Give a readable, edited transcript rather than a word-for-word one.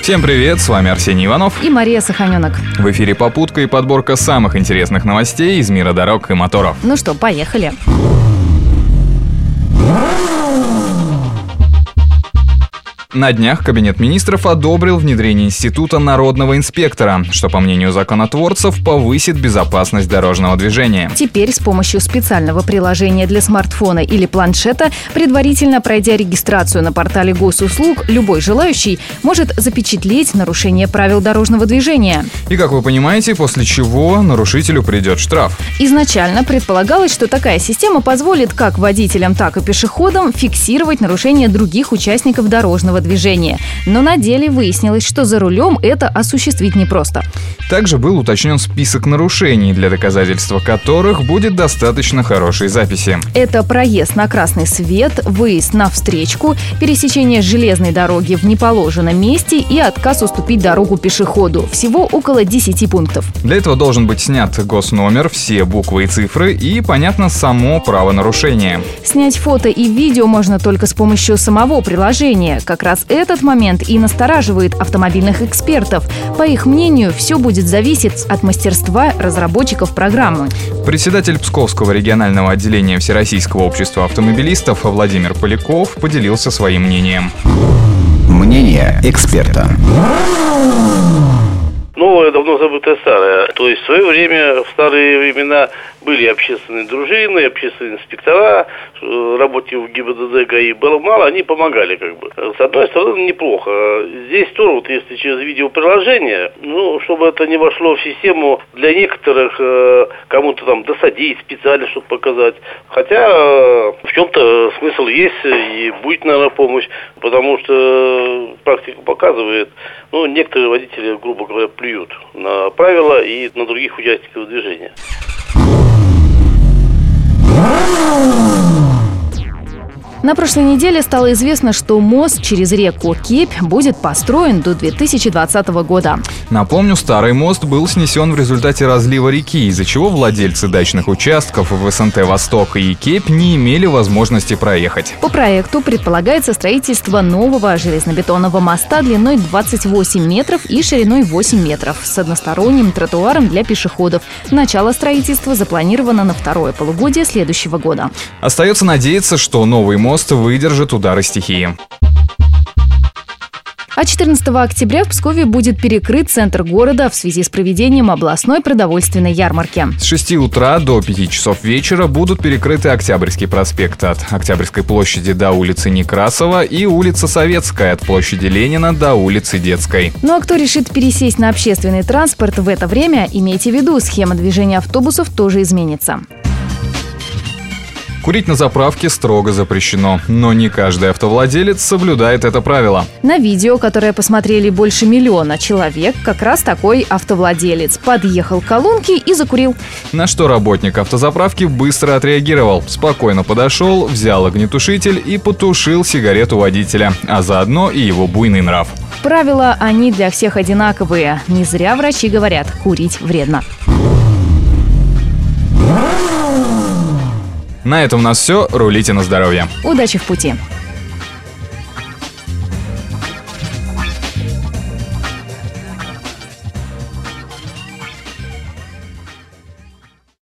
Всем привет, с вами Арсений Иванов и Мария Саханенок. В эфире «Попутка» и подборка самых интересных новостей из мира дорог и моторов. Ну что, поехали. На днях Кабинет министров одобрил внедрение института народного инспектора, что, по мнению законотворцев, повысит безопасность дорожного движения. Теперь с помощью специального приложения для смартфона или планшета, предварительно пройдя регистрацию на портале госуслуг, любой желающий может запечатлеть нарушение правил дорожного движения. И, как вы понимаете, после чего нарушителю придет штраф. Изначально предполагалось, что такая система позволит как водителям, так и пешеходам фиксировать нарушения других участников дорожного движения. Но на деле выяснилось, что за рулем это осуществить непросто. Также был уточнен список нарушений, для доказательства которых будет достаточно хорошей записи. Это проезд на красный свет, выезд на встречку, пересечение железной дороги в неположенном месте и отказ уступить дорогу пешеходу. Всего около 10 пунктов. Для этого должен быть снят госномер, все буквы и цифры и, понятно, само правонарушение. Снять фото и видео можно только с помощью самого приложения. Как раз этот момент и настораживает автомобильных экспертов. По их мнению, все будет зависеть от мастерства разработчиков программы. Председатель Псковского регионального отделения Всероссийского общества автомобилистов Владимир Поляков поделился своим мнением. Мнение эксперта. Новое давно забытое старое. То есть в свое время, в старые времена, были общественные дружины, общественные инспектора, работников ГИБДД, ГАИ было мало, они помогали как бы. С одной стороны, неплохо. Здесь тоже, вот если через видеоприложение, чтобы это не вошло в систему для некоторых, кому-то там досадить специально, чтобы показать. Хотя в чем-то смысл есть и будет, наверное, помощь, потому что практика показывает, некоторые водители, грубо говоря, плюют на правила и на других участников движения. На прошлой неделе стало известно, что мост через реку Кепь будет построен до 2020 года. Напомню, старый мост был снесен в результате разлива реки, из-за чего владельцы дачных участков в СНТ «Восток» и Кепь не имели возможности проехать. По проекту предполагается строительство нового железнобетонного моста длиной 28 метров и шириной 8 метров с односторонним тротуаром для пешеходов. Начало строительства запланировано на второе полугодие следующего года. Остается надеяться, что новый мост выдержит удары стихии. А 14 октября в Пскове будет перекрыт центр города в связи с проведением областной продовольственной ярмарки. С 6 утра до 5 часов вечера будут перекрыты Октябрьский проспект от Октябрьской площади до улицы Некрасова и улица Советская от площади Ленина до улицы Детской. Ну а кто решит пересесть на общественный транспорт в это время, имейте в виду, схема движения автобусов тоже изменится. Курить на заправке строго запрещено, но не каждый автовладелец соблюдает это правило. На видео, которое посмотрели больше 1 миллиона человек, как раз такой автовладелец подъехал к колонке и закурил. На что работник автозаправки быстро отреагировал. Спокойно подошел, взял огнетушитель и потушил сигарету водителя, а заодно и его буйный нрав. Правила, они для всех одинаковые. Не зря врачи говорят, курить вредно. На этом у нас все. Рулите на здоровье. Удачи в пути.